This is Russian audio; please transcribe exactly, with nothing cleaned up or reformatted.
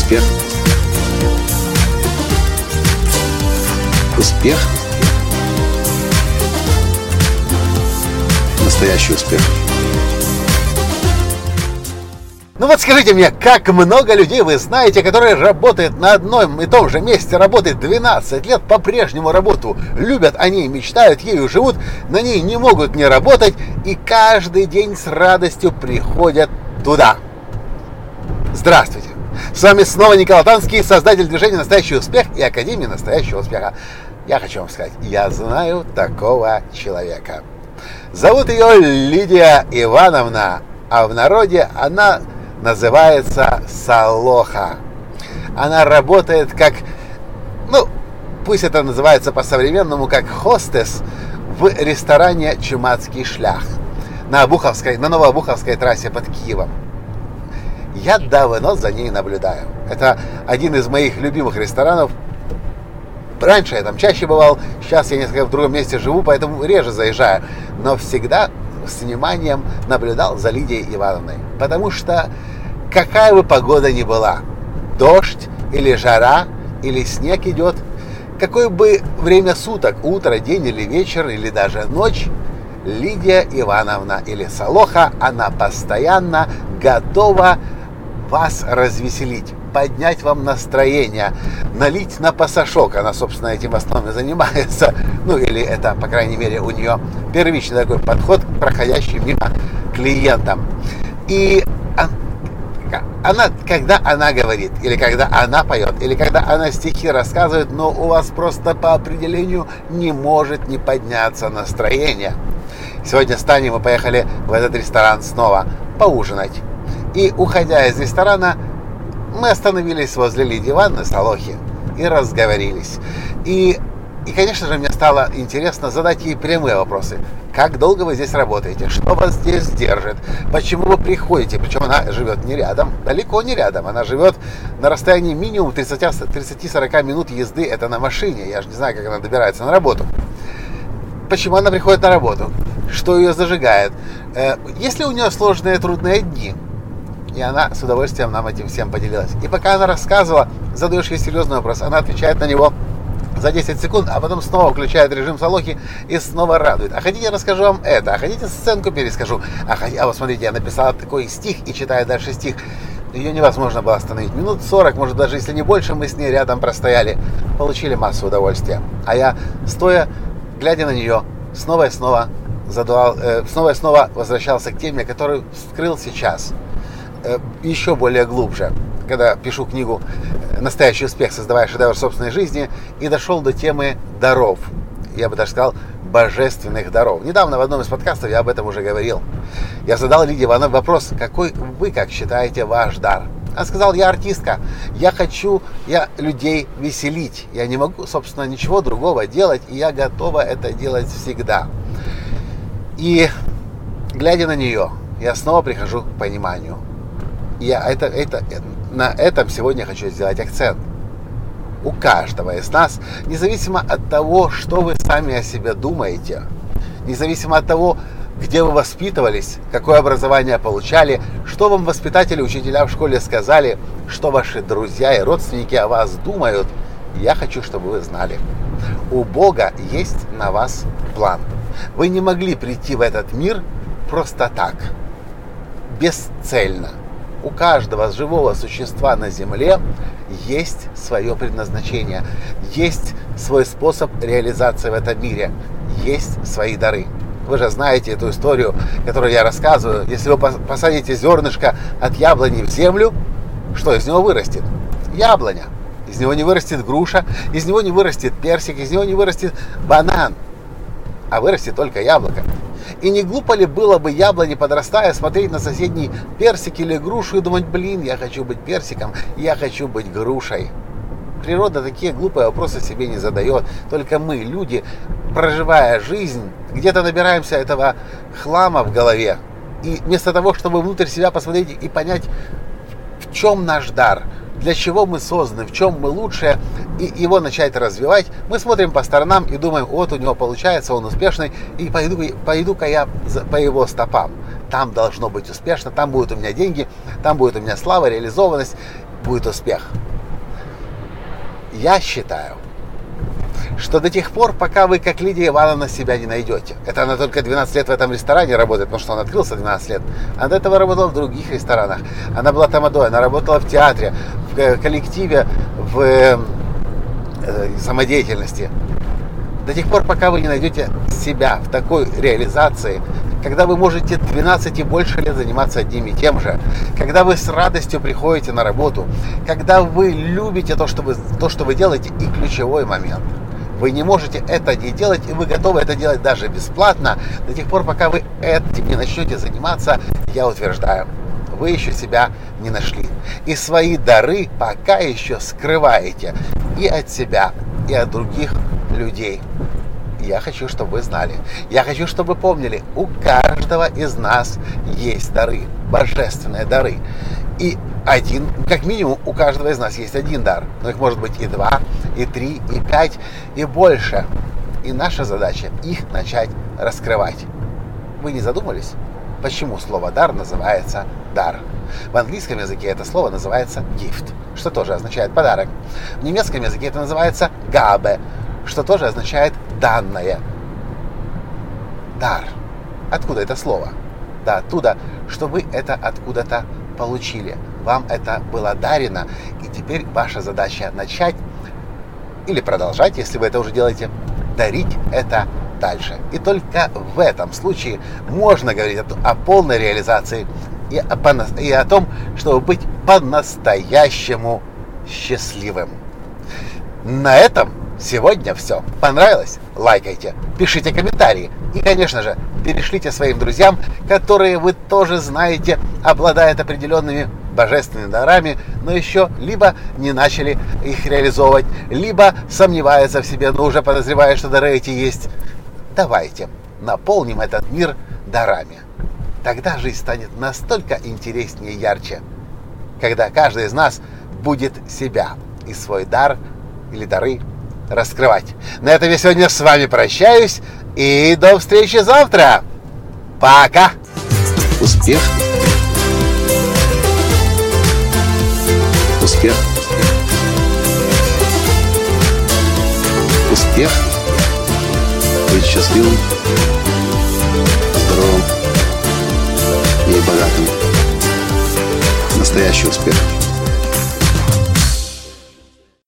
Успех. Успех. Настоящий успех. Ну вот скажите мне, как много людей вы знаете, которые работают на одном и том же месте, работают двенадцать лет, по-прежнему работу любят, они мечтают, ею живут, на ней не могут не работать и каждый день с радостью приходят туда. Здравствуйте! С вами снова Николай Танский, создатель движения «Настоящий успех» и Академии настоящего успеха. Я хочу вам сказать, я знаю такого человека. Зовут ее Лидия Ивановна, а в народе она называется Солоха. Она работает как, ну, пусть это называется по-современному, как хостес в ресторане «Чумацкий шлях» на Обуховской, на Новообуховской трассе под Киевом. Я давно за ней наблюдаю. Это один из моих любимых ресторанов. Раньше я там чаще бывал, сейчас я несколько в другом месте живу, поэтому реже заезжаю. Но всегда с вниманием наблюдал за Лидией Ивановной. Потому что какая бы погода ни была, дождь или жара, или снег идет, какое бы время суток, утро, день или вечер, или даже ночь, Лидия Ивановна или Солоха, она постоянно готова вас развеселить, поднять вам настроение, налить на пасашок. Она, собственно, этим в основном и занимается. Ну, или это, по крайней мере, у нее первичный такой подход к проходящим мимо клиентам. И она, когда она говорит, или когда она поет, или когда она стихи рассказывает, но у вас просто по определению не может не подняться настроение. Сегодня с Таней мы поехали в этот ресторан снова поужинать. И, уходя из ресторана, мы остановились возле Лидии Ивановны Солохи и разговорились. И, и, конечно же, мне стало интересно задать ей прямые вопросы. Как долго вы здесь работаете? Что вас здесь держит? Почему вы приходите? Причем она живет не рядом, далеко не рядом. Она живет на расстоянии минимум тридцать-сорок минут езды. Это на машине. Я же не знаю, как она добирается на работу. Почему она приходит на работу? Что ее зажигает? Есть ли у нее сложные трудные дни? И она с удовольствием нам этим всем поделилась. И пока она рассказывала, задаешь ей серьезный вопрос, она отвечает на него за десять секунд, а потом снова включает режим Солохи и снова радует. А хотите, расскажу вам это, а хотите, сценку перескажу. А, а вот смотрите, я написала такой стих и читаю дальше стих. Ее невозможно было остановить. Минут сорок, может даже если не больше, мы с ней рядом простояли. Получили массу удовольствия. А я, стоя, глядя на нее, снова и снова задавал, э, снова и снова возвращался к теме, которую вскрыл сейчас. Еще более глубже, когда пишу книгу «Настоящий успех. Создавая шедевр собственной жизни», и дошел до темы даров. Я бы даже сказал, божественных даров. Недавно в одном из подкастов я об этом уже говорил. Я задал Лидии Ивановне вопрос, какой вы, как считаете, ваш дар? Она сказала, я артистка, я хочу я людей веселить. Я не могу, собственно, ничего другого делать, и я готова это делать всегда. И, глядя на нее, я снова прихожу к пониманию. Я это, это, на этом сегодня хочу сделать акцент. У каждого из нас, независимо от того, что вы сами о себе думаете, независимо от того, где вы воспитывались, какое образование получали, что вам воспитатели, учителя в школе сказали, что ваши друзья и родственники о вас думают, я хочу, чтобы вы знали. У Бога есть на вас план. Вы не могли прийти в этот мир просто так, бесцельно. У каждого живого существа на Земле есть свое предназначение, есть свой способ реализации в этом мире, есть свои дары. Вы же знаете эту историю, которую я рассказываю. Если вы посадите зернышко от яблони в землю, что из него вырастет? Яблоня. Из него не вырастет груша, из него не вырастет персик, из него не вырастет банан, а вырастет только яблоко. И не глупо ли было бы яблоне, подрастая, смотреть на соседний персик или грушу и думать, блин, я хочу быть персиком, я хочу быть грушей. Природа такие глупые вопросы себе не задает. Только мы, люди, проживая жизнь, где-то набираемся этого хлама в голове. И вместо того, чтобы внутрь себя посмотреть и понять, в чем наш дар, для чего мы созданы, в чем мы лучшие, и его начать развивать, мы смотрим по сторонам и думаем, вот у него получается, он успешный, и пойду, пойду-ка я по его стопам. Там должно быть успешно, там будут у меня деньги, там будет у меня слава, реализованность. будет успех. Я считаю, что до тех пор, пока вы, как Лидия Ивановна, себя не найдете. Это она только двенадцать лет в этом ресторане работает, потому что он открылся двенадцать лет. Она до этого работала в других ресторанах. Она была тамадой, она работала в театре, в коллективе, в э, самодеятельности. До тех пор, пока вы не найдете себя в такой реализации, когда вы можете двенадцать и больше лет заниматься одним и тем же, когда вы с радостью приходите на работу, когда вы любите то, что вы, то, что вы делаете, и ключевой момент. Вы не можете это не делать, и вы готовы это делать даже бесплатно. До тех пор, пока вы этим не начнете заниматься, я утверждаю, вы еще себя не нашли. И свои дары пока еще скрываете и от себя, и от других людей. Я хочу, чтобы вы знали. Я хочу, чтобы вы помнили, у каждого из нас есть дары, божественные дары. И один, как минимум, у каждого из нас есть один дар. Но их может быть и два, и три, и пять, и больше. И наша задача их начать раскрывать. Вы не задумались, почему слово «дар» называется «дар»? В английском языке это слово называется «gift», что тоже означает «подарок». В немецком языке это называется «gabe», что тоже означает «данное». Дар. Откуда это слово? Да, оттуда, что вы это откуда-то получили. Вам это было дарено, и теперь ваша задача начать или продолжать, если вы это уже делаете, дарить это дальше. И только в этом случае можно говорить о, о полной реализации и о, и о том, чтобы быть по-настоящему счастливым. На этом сегодня все. Понравилось? Лайкайте, пишите комментарии и, конечно же, перешлите своим друзьям, которые вы тоже знаете, обладают определенными божественными дарами, но еще либо не начали их реализовывать, либо сомневаются в себе, но уже подозревают, что дары эти есть. Давайте наполним этот мир дарами. Тогда жизнь станет настолько интереснее и ярче, когда каждый из нас будет себя и свой дар или дары раскрывать. На этом я сегодня с вами прощаюсь и до встречи завтра. Пока! Успех! Успех! Успех! Быть счастливым, здоровым и богатым. Настоящий успех!